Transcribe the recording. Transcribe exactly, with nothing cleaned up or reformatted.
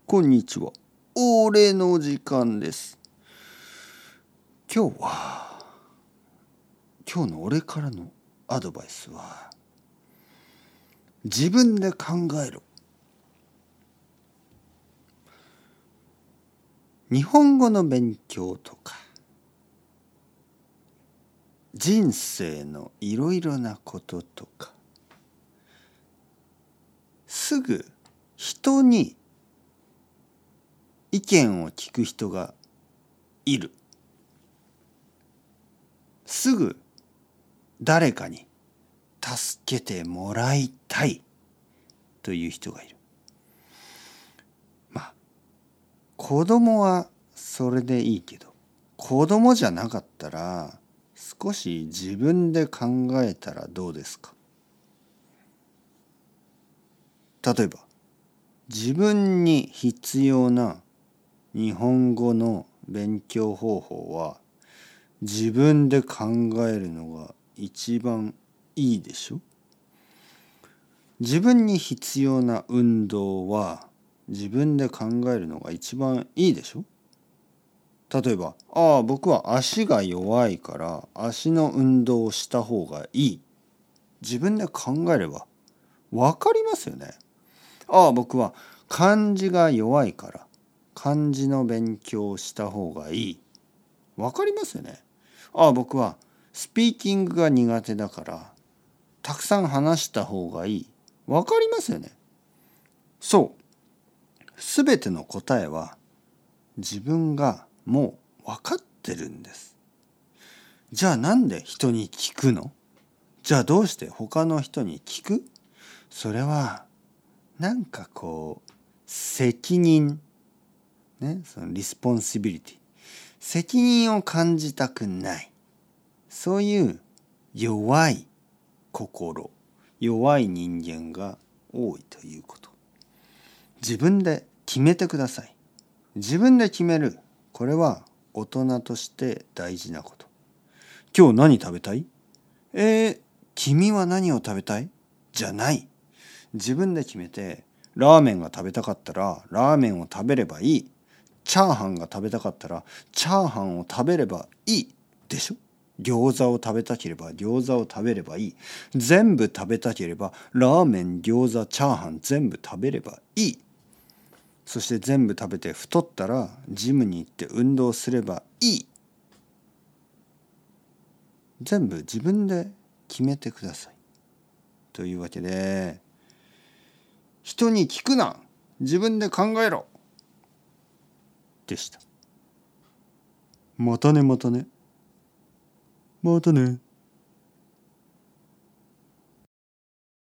こんにちは。俺の時間です。今日は、今日の俺からのアドバイスは、自分で考えろ。日本語の勉強とか、人生のいろいろなこととか、すぐ人に意見を聞く人がいる。すぐ誰かに助けてもらいたいという人がいる。まあ子供はそれでいいけど、子供じゃなかったら少し自分で考えたらどうですか。例えば自分に必要な日本語の勉強方法は自分で考えるのが一番いいでしょ。自分に必要な運動は自分で考えるのが一番いいでしょ。例えば、ああ、僕は足が弱いから足の運動をした方がいい。自分で考えればわかりますよね。ああ、僕は漢字が弱いから漢字の勉強をした方がいい。わかりますよね。ああ、僕はスピーキングが苦手だからたくさん話した方がいい。わかりますよね。そう。すべての答えは自分がもう分かってるんです。じゃあなんで人に聞くの？じゃあどうして他の人に聞く？それはなんかこう責任ね、そのリスポンシビリティ、責任を感じたくない、そういう弱い心、弱い人間が多いということ。自分で決めてください。自分で決める。これは大人として大事なこと。今日何食べたい？えー、君は何を食べたい？じゃない。自分で決めて、ラーメンが食べたかったらラーメンを食べればいい。チャーハンが食べたかったらチャーハンを食べればいいでしょ。餃子を食べたければ餃子を食べればいい。全部食べたければラーメン、餃子、チャーハン全部食べればいい。そして全部食べて太ったらジムに行って運動すればいい。全部自分で決めてください。というわけで、人に聞くな、自分で考えろでした。またねまたねまたね。